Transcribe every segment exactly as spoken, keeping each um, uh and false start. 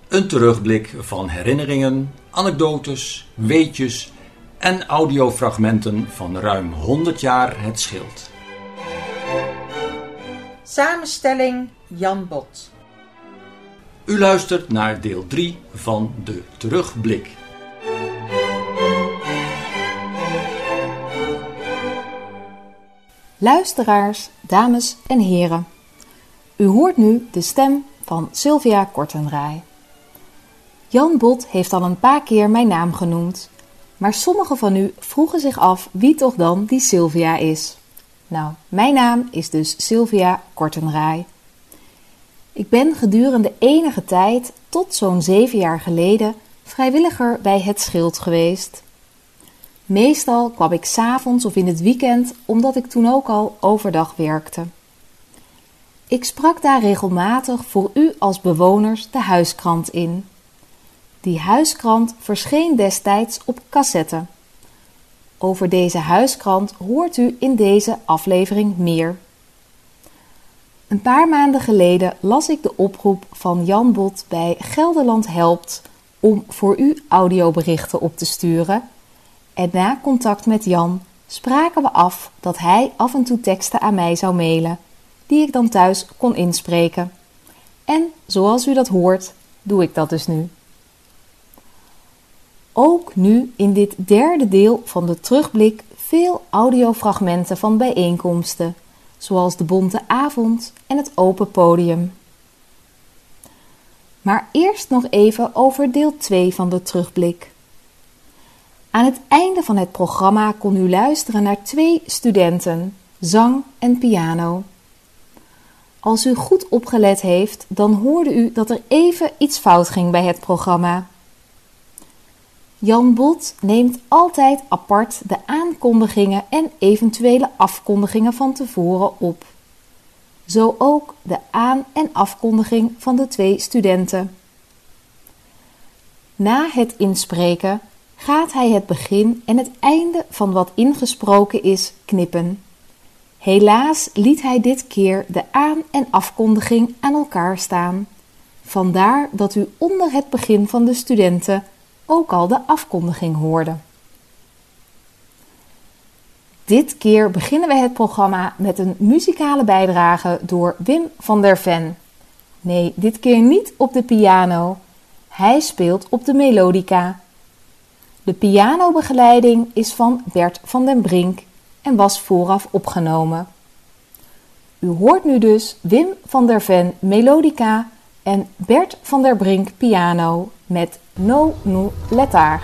Een terugblik van herinneringen, anekdotes, weetjes en audiofragmenten van ruim honderd jaar Het Schild. Samenstelling Jan Bot. U luistert naar deel drie van de terugblik. Luisteraars, dames en heren. U hoort nu de stem van Sylvia Kortenraai. Jan Bot heeft al een paar keer mijn naam genoemd, maar sommigen van u vroegen zich af wie toch dan die Sylvia is. Nou, mijn naam is dus Sylvia Kortenraai. Ik ben gedurende enige tijd, tot zo'n zeven jaar geleden, vrijwilliger bij Het Schild geweest. Meestal kwam ik 's avonds of in het weekend, omdat ik toen ook al overdag werkte. Ik sprak daar regelmatig voor u als bewoners de huiskrant in. Die huiskrant verscheen destijds op cassette. Over deze huiskrant hoort u in deze aflevering meer. Een paar maanden geleden las ik de oproep van Jan Bot bij Gelderland Helpt om voor u audioberichten op te sturen. En na contact met Jan spraken we af dat hij af en toe teksten aan mij zou mailen, die ik dan thuis kon inspreken. En zoals u dat hoort, doe ik dat dus nu. Ook nu in dit derde deel van de terugblik veel audiofragmenten van bijeenkomsten, zoals de Bonte Avond en het Open Podium. Maar eerst nog even over deel twee van de terugblik. Aan het einde van het programma kon u luisteren naar twee studenten, zang en piano. Als u goed opgelet heeft, dan hoorde u dat er even iets fout ging bij het programma. Jan Bot neemt altijd apart de aankondigingen en eventuele afkondigingen van tevoren op. Zo ook de aan- en afkondiging van de twee studenten. Na het inspreken gaat hij het begin en het einde van wat ingesproken is knippen. Helaas liet hij dit keer de aan- en afkondiging aan elkaar staan. Vandaar dat u onder het begin van de studenten ook al de afkondiging hoorde. Dit keer beginnen we het programma met een muzikale bijdrage door Wim van der Ven. Nee, dit keer niet op de piano. Hij speelt op de melodica. De pianobegeleiding is van Bert van den Brink en was vooraf opgenomen. U hoort nu dus Wim van der Ven melodica en Bert van der Brink piano met No nous letard.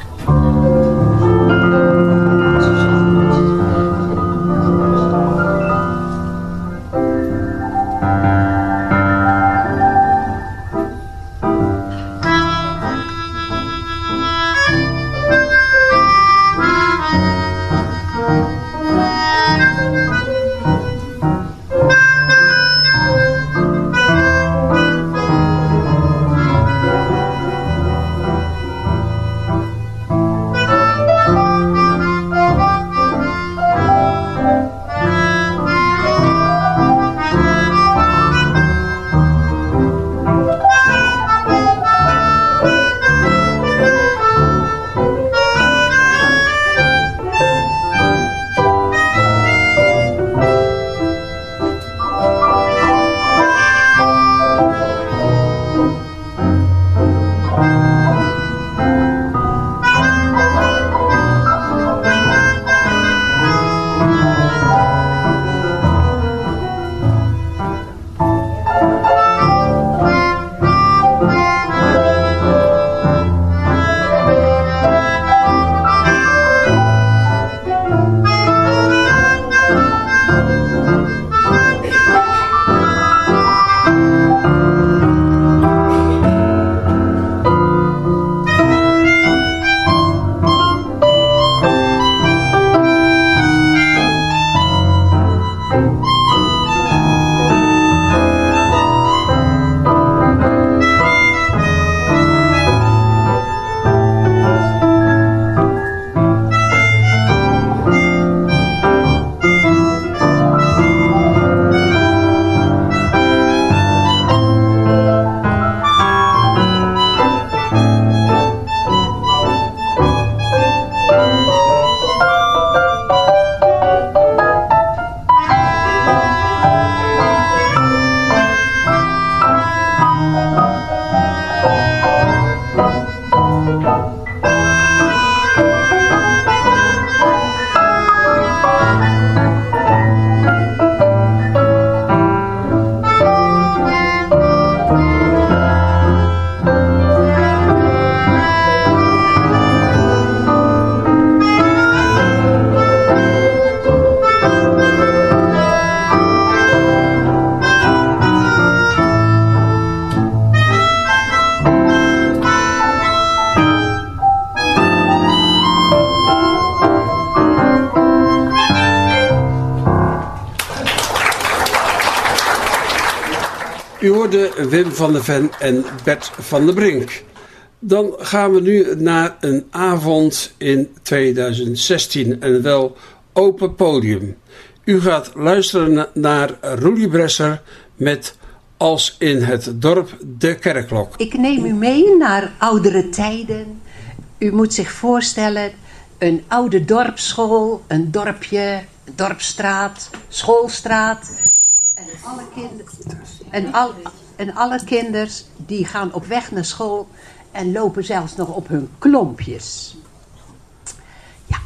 U hoorde Wim van der Ven en Bert van der Brink. Dan gaan we nu naar een avond in tweeduizend zestien en wel open podium. U gaat luisteren naar Roelie Bresser met Als in het dorp de kerkklok. Ik neem u mee naar oudere tijden. U moet zich voorstellen, een oude dorpsschool, een dorpje, dorpsstraat, schoolstraat. En alle kinderen, en al, en alle kinders die gaan op weg naar school en lopen zelfs nog op hun klompjes. Ja.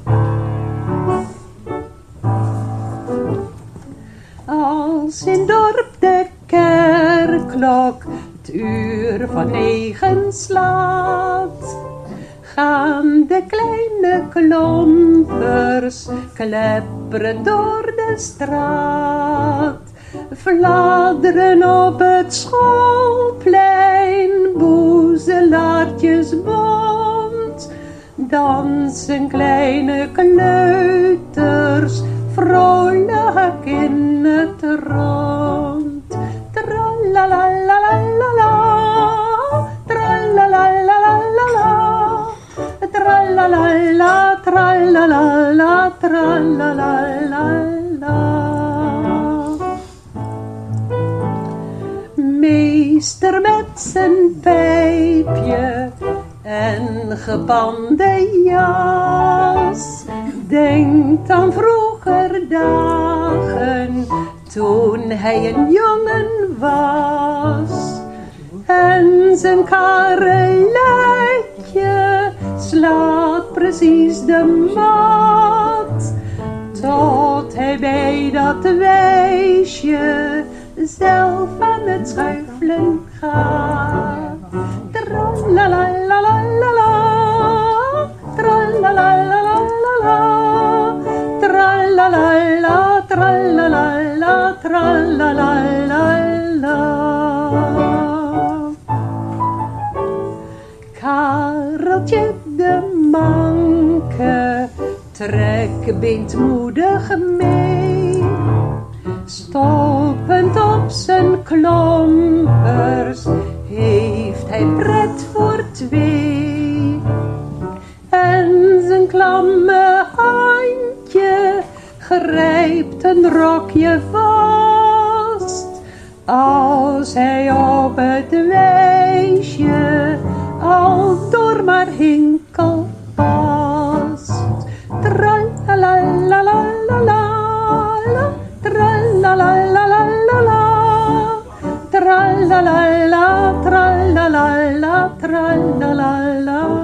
Als in dorp de kerkklok het uur van negen slaat, gaan de kleine klompers klepperen door de straat. Fladderen op het schoolplein, boezelaartjes bont. Dansen kleine kleuters, vrolijk in het rond. Tralalalalala, tralalalalala, tralalala, tralalala, tralalala. Meester met zijn pijpje en gebande jas denkt aan vroeger dagen toen hij een jongen was. En zijn karreletje slaat precies de maat, tot hij bij dat wijsje zelf aan het schuifelen gaat. Tralalalalala, tralalalalala, tralalala, tralalala, tralalala. Kareltje de manke trekt beentmoedig mee, stolpend op zijn klompers heeft hij pret voor twee. En zijn klamme handje grijpt een rokje vast, als hij op het wijsje al door maar hinkel past. Tralalalalala, tralalalalala, tralalala, tralalala, tralalala.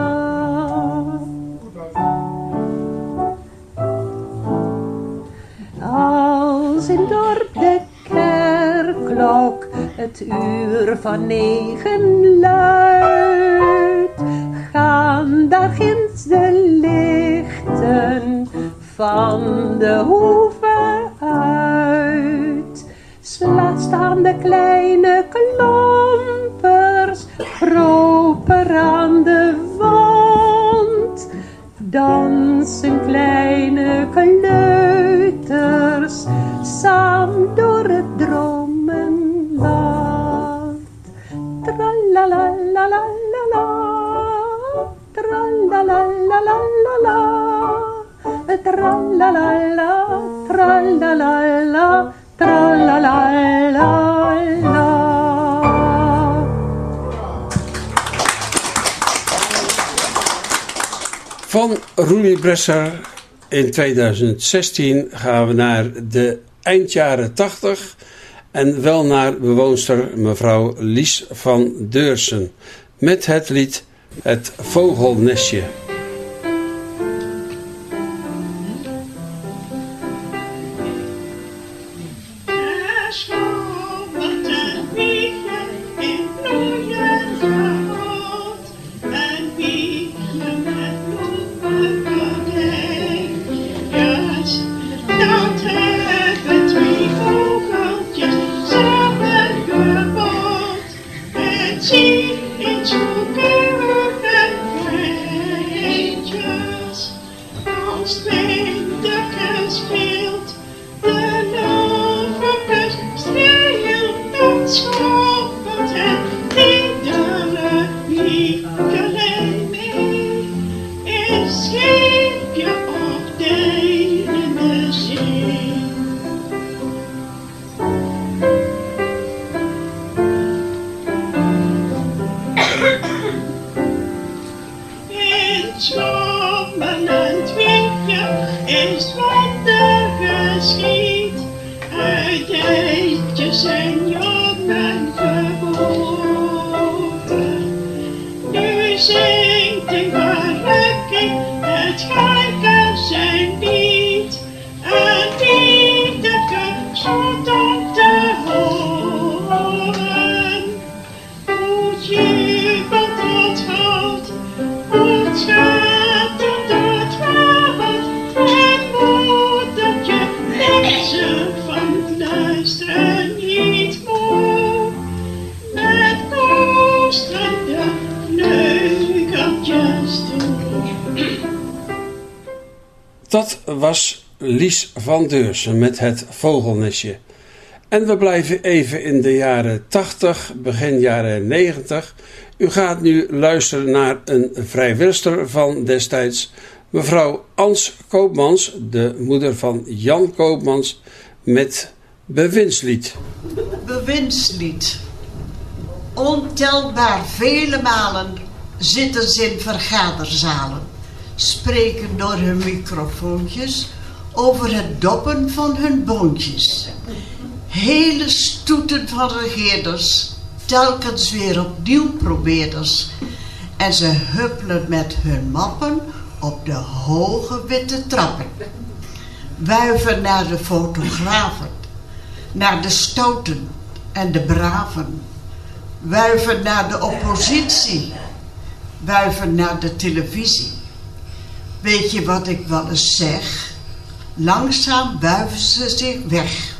Als in dorp de kerkklok het uur van negen luidt, gaan daar ginds de lichten van de hoeve uit. Slaat staan de kleine klompers proper aan de wand. Dansen kleine kleuters samen door het dromenland. Tralalalalala, tralalalalala, tralala, tralala, tralalala. Van Roelie Bresser in tweeduizend zestien gaan we naar de eindjaren tachtig en wel naar bewoonster mevrouw Lies van Deursen met het lied Het Vogelnestje. Zie in zoeken en wonder geschiet. Uit eitjes en jongen geboren. Nu zingt een verrukking het schuiken zijn lied. En iedere zoet om te horen. Hoe jubelt het hart, hoe schattert het hart. En moedertje neemt ze van het luisteren niet moe. Met koesterende vleugeltjes toe. Dat was Lies van Deursen met Het Vogelnestje. En we blijven even in de jaren tachtig, begin jaren negentig. U gaat nu luisteren naar een vrijwilster van destijds, mevrouw Ans Koopmans, de moeder van Jan Koopmans, met Bewindslied. Bewindslied. Ontelbaar vele malen zitten ze in vergaderzalen, spreken door hun microfoontjes over het doppen van hun boontjes. Hele stoeten van regeerders, telkens weer opnieuw probeerders. En ze huppelen met hun mappen op de hoge witte trappen. Wuiven naar de fotografen, naar de stouten en de braven. Wuiven naar de oppositie, wuiven naar de televisie. Weet je wat ik wel eens zeg? Langzaam wuiven ze zich weg.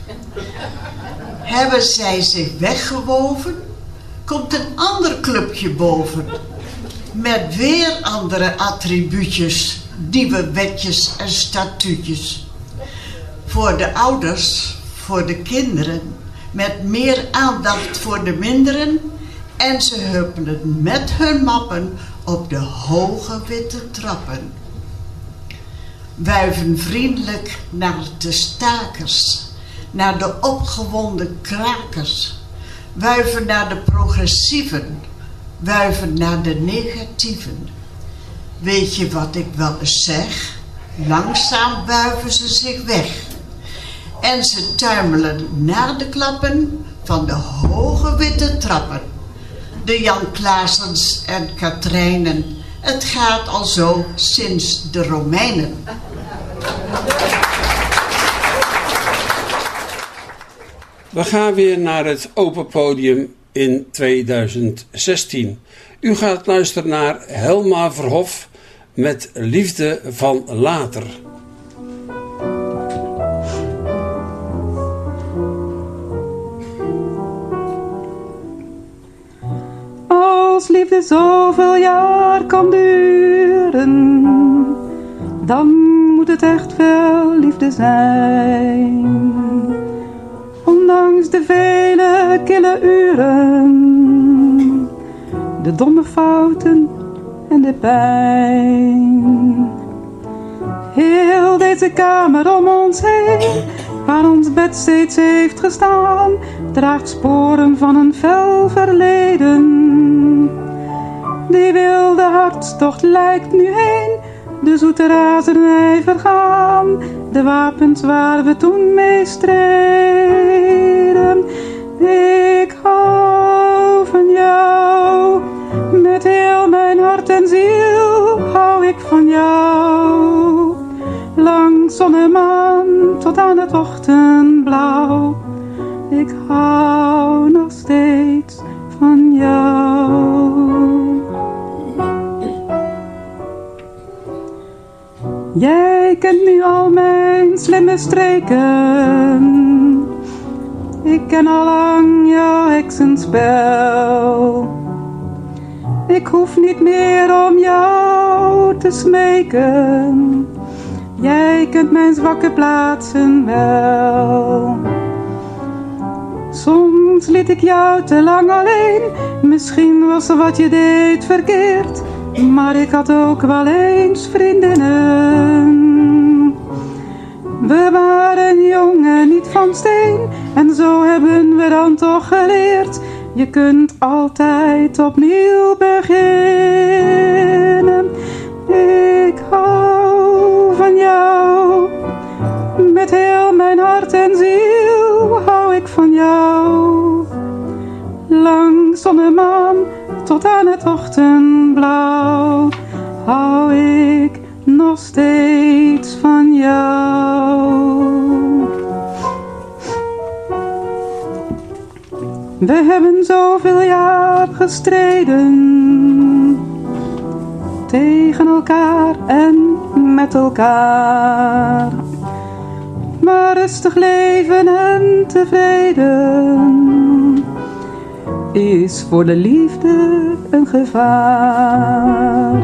Hebben zij zich weggewoven, komt een ander clubje boven. Met weer andere attribuutjes, nieuwe wetjes en statuutjes. Voor de ouders, voor de kinderen, met meer aandacht voor de minderen. En ze huppelen met hun mappen op de hoge witte trappen. Wuiven vriendelijk naar de stakers, naar de opgewonden krakers. Wuiven naar de progressieven, wuiven naar de negatieven. Weet je wat ik wel eens zeg? Langzaam wuiven ze zich weg. En ze tuimelen naar de klappen van de hoge witte trappen. De Jan Klaasens en Katrijnen, het gaat al zo sinds de Romeinen. We gaan weer naar het open podium in tweeduizend zestien. U gaat luisteren naar Helma Verhoef met Liefde van Later. Als liefde zoveel jaar kan duren, dan moet het echt wel liefde zijn. Ondanks de vele kille uren, de domme fouten en de pijn. Heel deze kamer om ons heen, waar ons bed steeds heeft gestaan, draagt sporen van een fel verleden. Die wilde hartstocht lijkt nu heen, de zoete razernij vergaan, de wapens waar we toen mee streden. Ik hou van jou, met heel mijn hart en ziel hou ik van jou. Lang zon en maan tot aan het ochtendblauw, ik hou nog steeds van jou. Jij kent nu al mijn slimme streken, ik ken allang jouw heksenspel. Ik hoef niet meer om jou te smeken, jij kent mijn zwakke plaatsen wel. Soms liet ik jou te lang alleen, misschien was er wat je deed verkeerd, maar ik had ook wel eens vriendinnen. We waren jong en niet van steen, en zo hebben we dan toch geleerd. Je kunt altijd opnieuw beginnen. Ik hou van jou, hart en ziel hou ik van jou. Lang zon en maan tot aan het ochtendblauw hou ik nog steeds van jou. We hebben zoveel jaar gestreden tegen elkaar en met elkaar. Maar rustig leven en tevreden is voor de liefde een gevaar.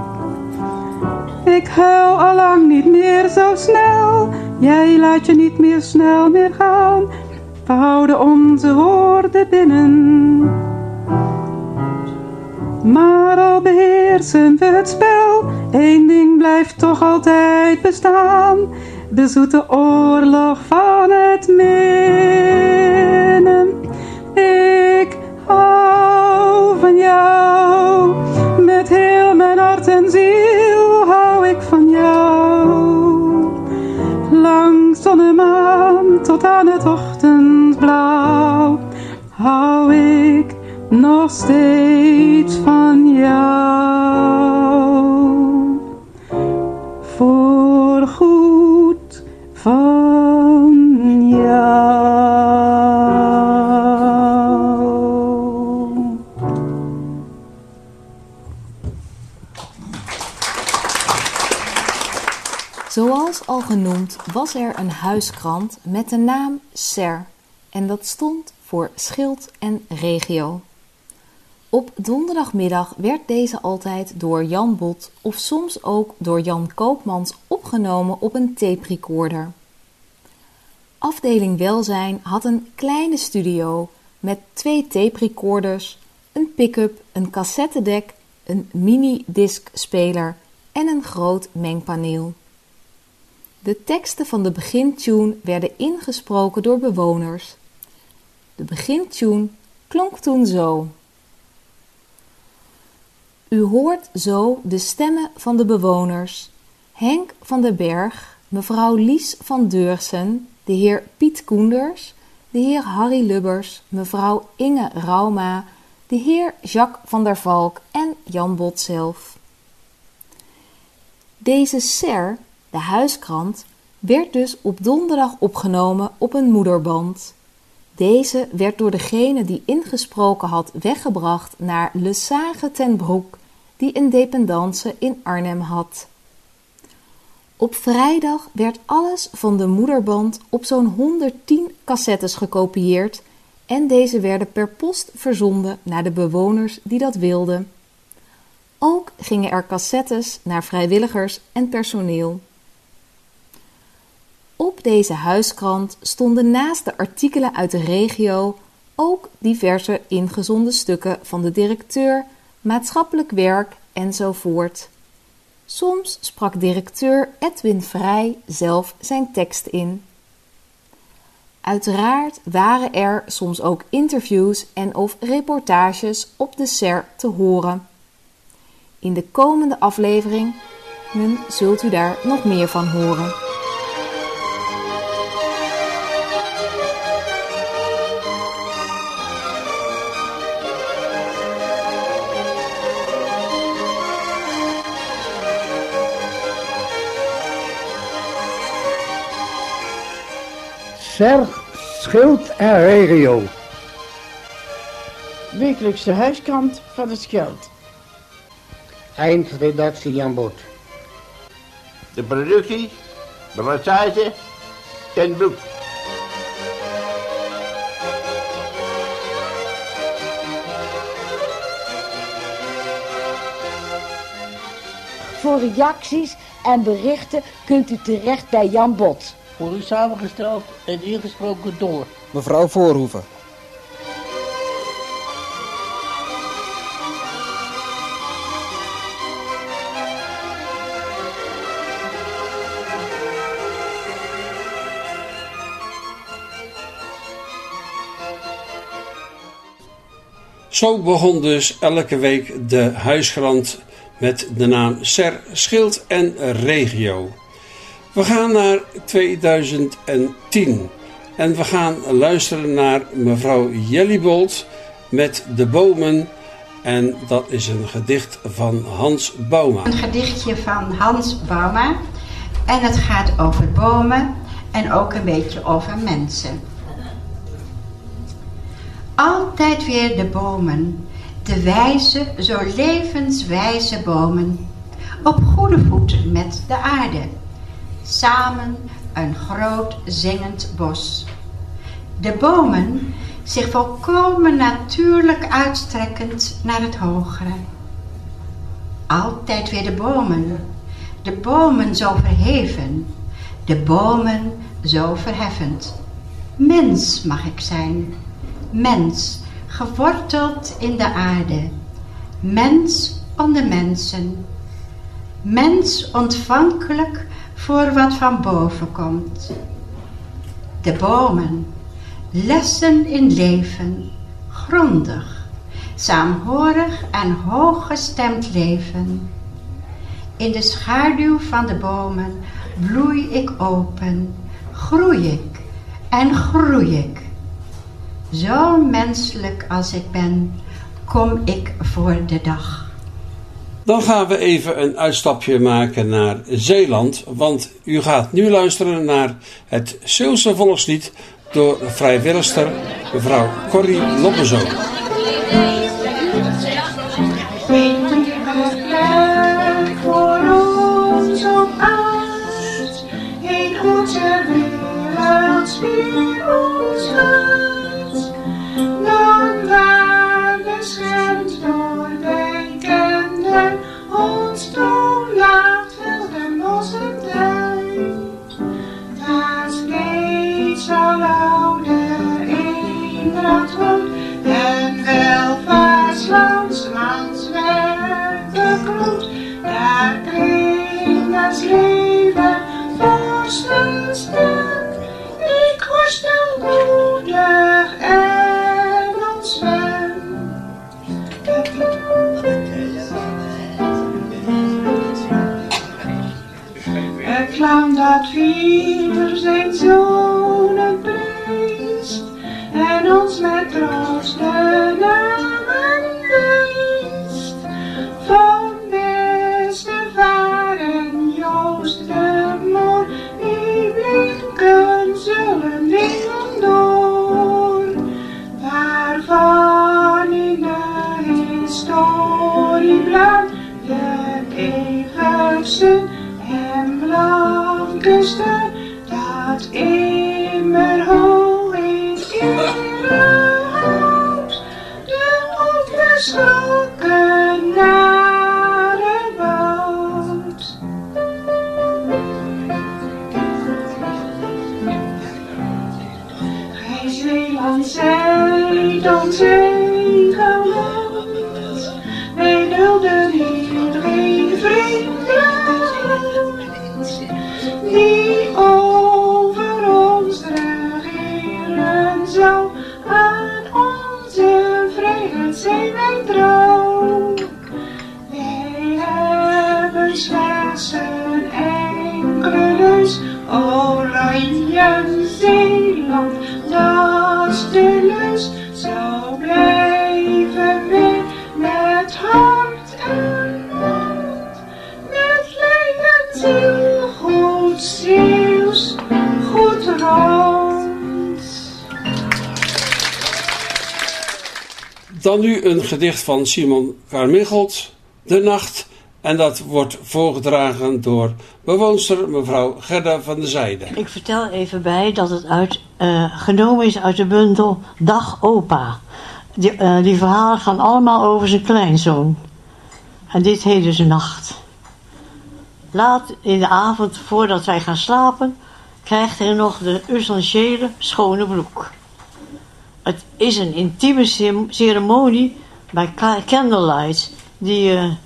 Ik huil allang niet meer zo snel, jij laat je niet meer snel meer gaan. We houden onze woorden binnen, maar al beheersen we het spel, één ding blijft toch altijd bestaan: de zoete oorlog van het minnen. Ik hou van jou, met heel mijn hart en ziel hou ik van jou. Lang zon en maan tot aan het ochtendblauw hou ik nog steeds van jou. Voorgoed van jou. Zoals al genoemd was er een huiskrant met de naam Ser en dat stond voor Schild en Regio. Op donderdagmiddag werd deze altijd door Jan Bot of soms ook door Jan Koopmans opgenomen op een tape recorder. Afdeling Welzijn had een kleine studio met twee tape recorders, een pick-up, een cassettedek, een mini-discspeler en een groot mengpaneel. De teksten van de begintune werden ingesproken door bewoners. De begintune klonk toen zo. U hoort zo de stemmen van de bewoners: Henk van den Berg, mevrouw Lies van Deursen, de heer Piet Koenders, de heer Harry Lubbers, mevrouw Inge Rauma, de heer Jacques van der Valk en Jan Bot zelf. Deze Ser, de huiskrant, werd dus op donderdag opgenomen op een moederband. Deze werd door degene die ingesproken had weggebracht naar Le Sage ten Broek, die een dependance in Arnhem had. Op vrijdag werd alles van de moederband op zo'n honderdtien cassettes gekopieerd en deze werden per post verzonden naar de bewoners die dat wilden. Ook gingen er cassettes naar vrijwilligers en personeel. Op deze huiskrant stonden naast de artikelen uit de regio ook diverse ingezonden stukken van de directeur, maatschappelijk werk enzovoort. Soms sprak directeur Edwin Vrij zelf zijn tekst in. Uiteraard waren er soms ook interviews en of reportages op de Ser te horen. In de komende afleveringen zult u daar nog meer van horen. Ser, Schild en Regio. Wekelijkse huiskrant van het Schild. Eindredactie Jan Bot. De productie, de massage, ten Broek. Voor reacties en berichten kunt u terecht bij Jan Bot. Voor u samengesteld en ingesproken door mevrouw Voorhoeven. Zo begon dus elke week de huiskrant met de naam Ser, Schild en Regio. We gaan naar tweeduizend tien en we gaan luisteren naar mevrouw Jellybold met De Bomen. En dat is een gedicht van Hans Bouma. Een gedichtje van Hans Bouma. En het gaat over bomen en ook een beetje over mensen. Altijd weer de bomen, de wijze, zo levenswijze bomen, op goede voet met de aarde, samen een groot zingend bos. De bomen, zich volkomen natuurlijk uitstrekkend naar het hogere. Altijd weer de bomen, de bomen zo verheven, de bomen zo verheffend. Mens mag ik zijn, mens, geworteld in de aarde, mens onder mensen, mens ontvankelijk voor wat van boven komt. De bomen, lessen in leven, grondig, saamhorig en hooggestemd leven. In de schaduw van de bomen bloei ik open, groei ik en groei ik. Zo menselijk als ik ben, kom ik voor de dag. Dan gaan we even een uitstapje maken naar Zeeland, want u gaat nu luisteren naar het Zeeuwse volkslied door vrijwilligster mevrouw Corrie Loppezo. Voor ons op aard, een goede wereld wie ons hart, dan waar beschermd door bekenden, ons toelaat wilde mossendij, daar steeds al ouder eendracht woont, en welvaartslands lands werken klopt, daar klinkt het leven vorstelijk sterk. Ik worstel moedig en ontzwem. Het land dat vier zijn zonen preest en ons met troost de namen weest. Van beste varen Joost de Moor, die blinken zullen dingen door, waarvan in de historieblad de eeuwigsten en blankesten, dat immer hoog in ere houdt, de onverschrokken naar het woud. Gij Zeeland zijt ons zegenland, wij dulden hier geen vreemdeland, die over ons regeren zou. Aan onze vrijheid zijn wij trouw. Wij hebben slechts een enkele neus, Oranje Zeeland, dat is de leus. Zo blijven wij met hart en mond, met lijf en ziel, goed Zeeuws, goed rond. Dan nu een gedicht van Simon Carmichelt, De Nacht. En dat wordt voorgedragen door bewoonster mevrouw Gerda van der Zijde. Ik vertel even bij dat het uit, uh, genomen is uit de bundel Dag Opa. Die, uh, die verhalen gaan allemaal over zijn kleinzoon. En dit heet dus Nacht. Laat in de avond, voordat wij gaan slapen, krijgt hij nog de essentiële schone broek. Het is een intieme ceremonie bij candlelight die je uh,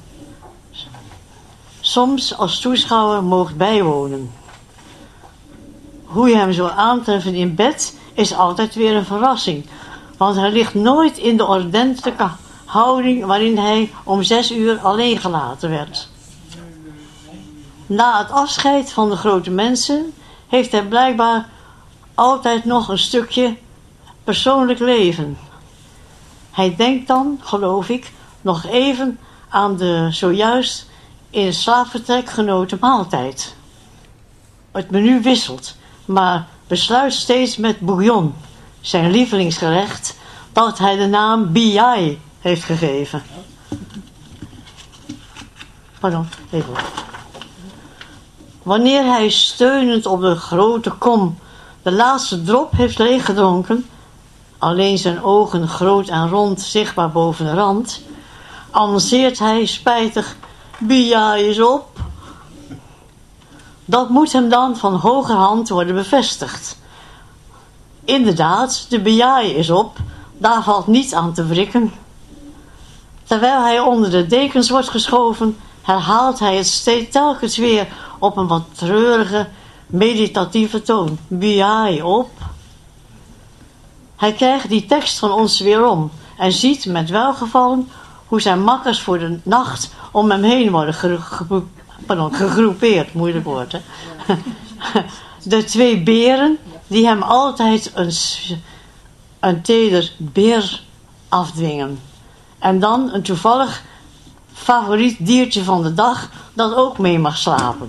soms als toeschouwer moogt bijwonen. Hoe je hem zo aantreft in bed is altijd weer een verrassing, want hij ligt nooit in de ordentelijke houding waarin hij om zes uur alleen gelaten werd. Na het afscheid van de grote mensen heeft hij blijkbaar altijd nog een stukje persoonlijk leven. Hij denkt dan, geloof ik, nog even aan de zojuist in het slaapvertrek genoten maaltijd. Het menu wisselt, maar besluit steeds met bouillon, zijn lievelingsgerecht, dat hij de naam B I heeft gegeven. Pardon, even. Wanneer hij steunend op de grote kom de laatste drop heeft leeggedronken, alleen zijn ogen groot en rond zichtbaar boven de rand, annonceert hij spijtig: B I is op. Dat moet hem dan van hogerhand worden bevestigd. Inderdaad, de B I is op, daar valt niet aan te wrikken. Terwijl hij onder de dekens wordt geschoven, herhaalt hij het steeds telkens weer op een wat treurige, meditatieve toon. B I op. Hij krijgt die tekst van ons weer om en ziet met welgevallen hoe zijn makkers voor de nacht om hem heen worden ge- ge- pardon, gegroepeerd. Moeilijk woord, hè? De twee beren die hem altijd een, een teder beer afdwingen. En dan een toevallig favoriet diertje van de dag dat ook mee mag slapen.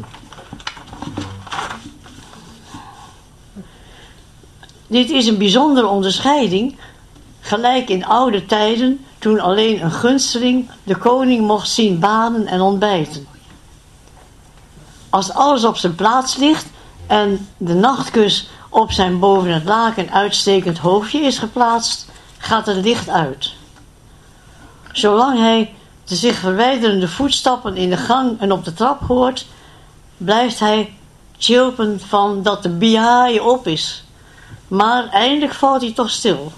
Dit is een bijzondere onderscheiding, gelijk in oude tijden toen alleen een gunsteling de koning mocht zien baden en ontbijten. Als alles op zijn plaats ligt en de nachtkus op zijn boven het laken uitstekend hoofdje is geplaatst, gaat het licht uit. Zolang hij de zich verwijderende voetstappen in de gang en op de trap hoort, blijft hij chilpen van dat de B I op is. Maar eindelijk valt hij toch stil.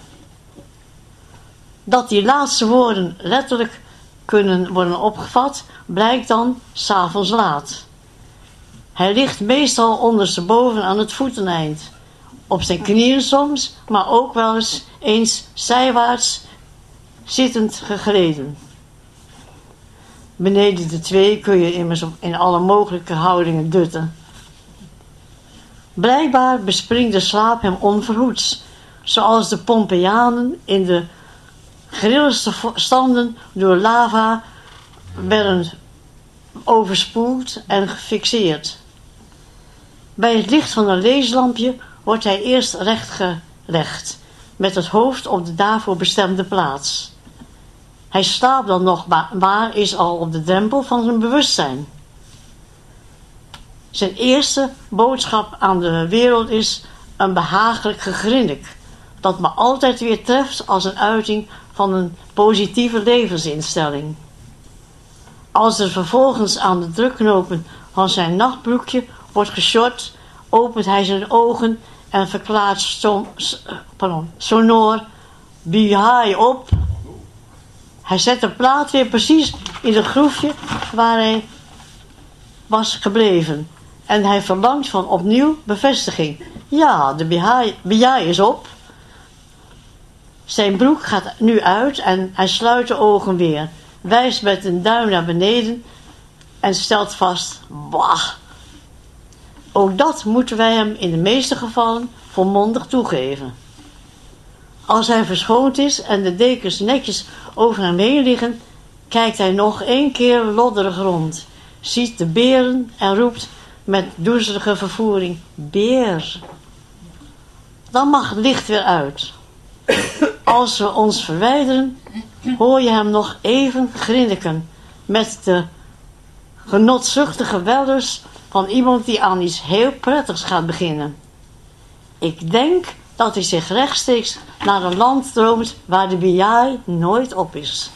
Dat die laatste woorden letterlijk kunnen worden opgevat, blijkt dan 's avonds laat. Hij ligt meestal ondersteboven aan het voeteneind, op zijn knieën soms, maar ook wel eens eens zijwaarts zittend gegleden. Beneden de twee kun je immers in alle mogelijke houdingen dutten. Blijkbaar bespringt de slaap hem onverhoeds, zoals de Pompeianen in de grilligste standen door lava werden overspoeld en gefixeerd. Bij het licht van een leeslampje wordt hij eerst rechtgelegd, met het hoofd op de daarvoor bestemde plaats. Hij slaapt dan nog, maar is al op de drempel van zijn bewustzijn. Zijn eerste boodschap aan de wereld is een behagelijk gegrinnik, dat me altijd weer treft als een uiting van een positieve levensinstelling. Als er vervolgens aan de drukknopen van zijn nachtbroekje wordt geschort, opent hij zijn ogen en verklaart stom, pardon, sonor: B I op. Hij zet de plaat weer precies in het groefje waar hij was gebleven. En hij verlangt van opnieuw bevestiging. Ja, de B I is op. Zijn broek gaat nu uit en hij sluit de ogen weer, wijst met een duim naar beneden en stelt vast: bah. Ook dat moeten wij hem in de meeste gevallen volmondig toegeven. Als hij verschoond is en de dekens netjes over hem heen liggen, kijkt hij nog één keer lodderig rond, ziet de beren en roept met doezelige vervoering: beer. Dan mag het licht weer uit. Als we ons verwijderen, hoor je hem nog even grinniken met de genotzuchtige wellust van iemand die aan iets heel prettigs gaat beginnen. Ik denk dat hij zich rechtstreeks naar een land droomt waar de B I nooit op is.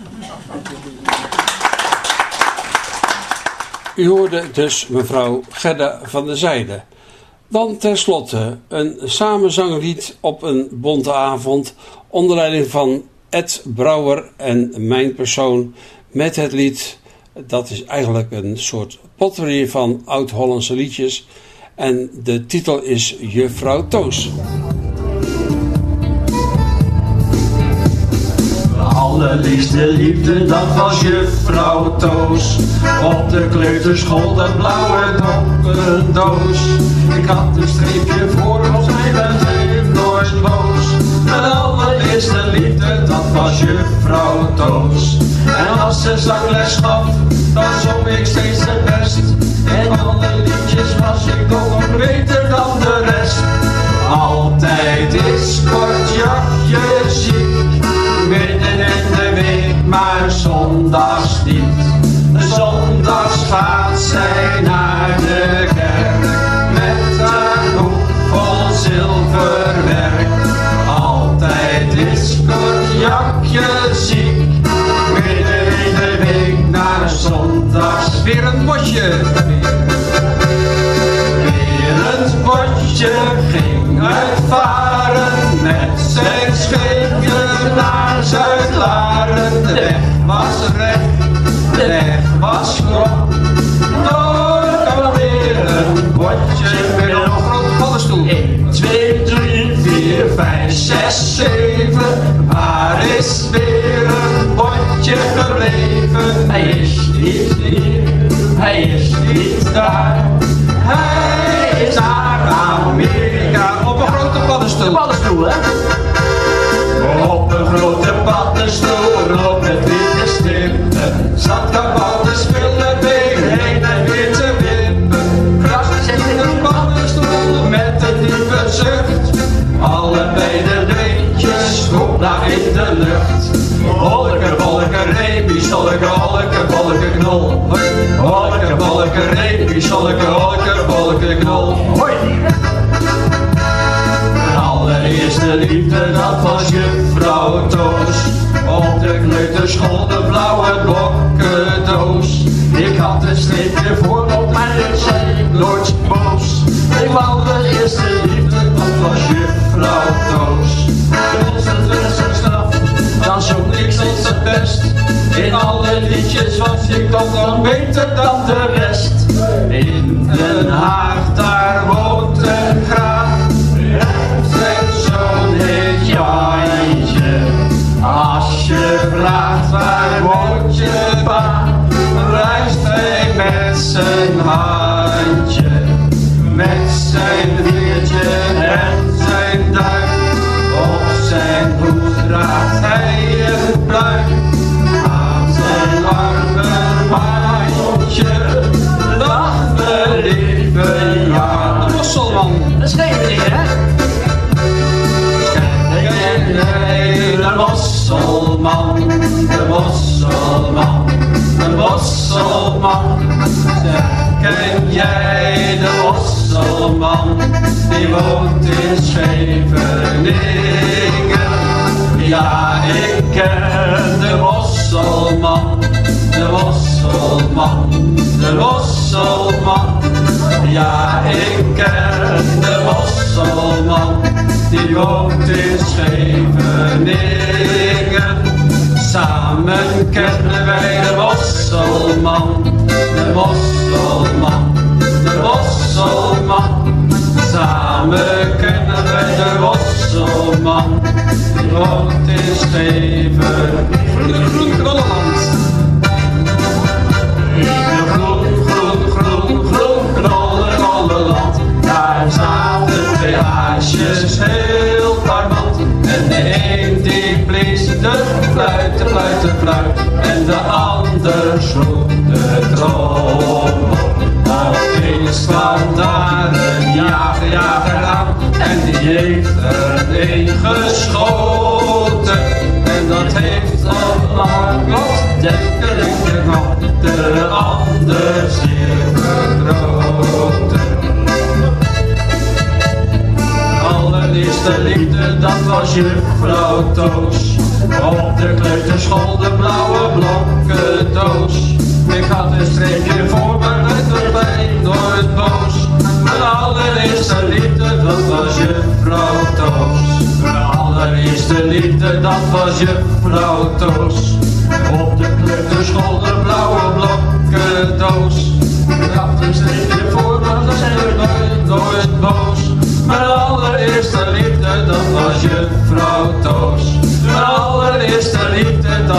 U hoorde dus mevrouw Gerda van der Zijde. Dan tenslotte een samenzanglied op een bonte avond onder leiding van Ed Brouwer en mijn persoon met het lied. Dat is eigenlijk een soort potpourri van oud-Hollandse liedjes en de titel is Juffrouw Toos. Al allerliefste liefde, dat was juffrouw Toos. Op de kleuterschool, de blauwe dokkendoos. Ik had een streepje voor, op zij bent even nooit boos. Mijn allereerste liefde, dat was juffrouw Toos. En als ze zangles gaf, dan zong ik steeds het best. En alle liedjes was ik nog beter dan de rest. Altijd is Kortjakje ziek, midden in de week, maar zondags niet. Zondags gaat zij naar de kerk, met haar hoek vol zilverwerk. Altijd is Kortjakje ziek, midden in de week, naar zondags weer een bosje. Weer een bosje ging uitvaren met zijn scheepje naar Zuid-Laren. De weg was recht, de weg was krop. Nooit alweer een bosje met een grote paddenstoel. één, twee, drie, vier, vijf, zes, zeven. Waar is weer een bosje gebleven? Hij is niet hier, hij is niet daar. Hij is naar Amerika op een grote paddenstoel. Paddenstoel, hè? Op een grote paddenstoel, op het witte stippen. Zat kabouter spillerbeen heen en weer te wippen. Kracht zit in een paddenstoel met een diepe zucht. Allebei de beentjes hoepla in de lucht. Holleke, bolleke, reepie, stolleke, holleke, bolleke, knol. Holleke, bolleke, reepie, stolleke, holleke, bolleke, knol. Hoi! Mijn allereerste liefde, dat was juffrouw Toos. Op de kleuterschool, de blauwe blokkendoos. Ik had een streepje voor op, maar ik zei nooit boos. Ik wou de eerste liefde, dat was juffrouw Toos. Als het werd een straf, dan zong ik steeds het best. In alle liedjes was ik toch nog beter dan de rest. In Den Haag, daar woont een graaf. Zijn zoon heet Jantje. Als je vraagt waar woont je pa, wijst hij met zijn handje. Met zijn vingertje en zijn duim. Op zijn hoed draagt hij een pluim. Aan zijn armen maandje lacht mijn lieve ja. De Mosselman, dat is geen meneer, hè? Ken jij de Mosselman, de Mosselman, de Mosselman? Ken jij de Mosselman, die woont in Scheveningen? Ja, ik ken de Mosselman, de Mosselman, de Mosselman. Ja, ik ken de Mosselman, die woont in Scheveningen. Samen kennen wij de Mosselman, de Mosselman, de Mosselman. Samen kennen wij de Mosselman, die woont in Scheveningen. Groen Knollenland. In de groen, groen, groen, groen knollen, knollenland. Daar zaten twee haasjes heel parmant. En de een die blies de fluit, de fluit, de fluit. En de ander sloeg de trommel. Opeens kwam daar een jager, jager aan. En die heeft er een geschoten. En dat heeft op lang wat denken nog. De ander zeer verdroten. Allereerste liefde, dat was juffrouw Toos. Op de kleuterschool, de blauwe blokkendoos. Ik had een streepje voor, maar werd erbij nooit boos. Mijn allereerste liefde, dat was juffrouw Toos. Mijn allereerste liefde, dat was juffrouw Toos. Op de kleuterschool, de blauwe blokkendoos. Ik had een streepje voor, maar dat werd nooit, nooit boos. Mijn allereerste liefde, dat was juffrouw Toos. Mijn allereerste liefde, dat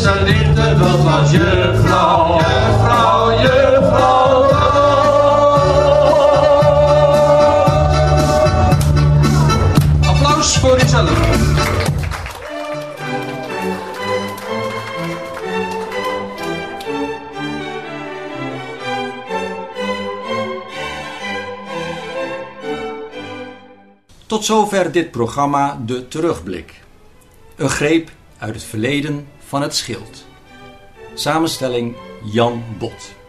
ze liefde, dat was juffrouw, juffrouw, juffrouw Dood. Applaus voor uzelf. Tot zover dit programma De Terugblik. Een greep uit het verleden van het Schild. Samenstelling Jan Bot.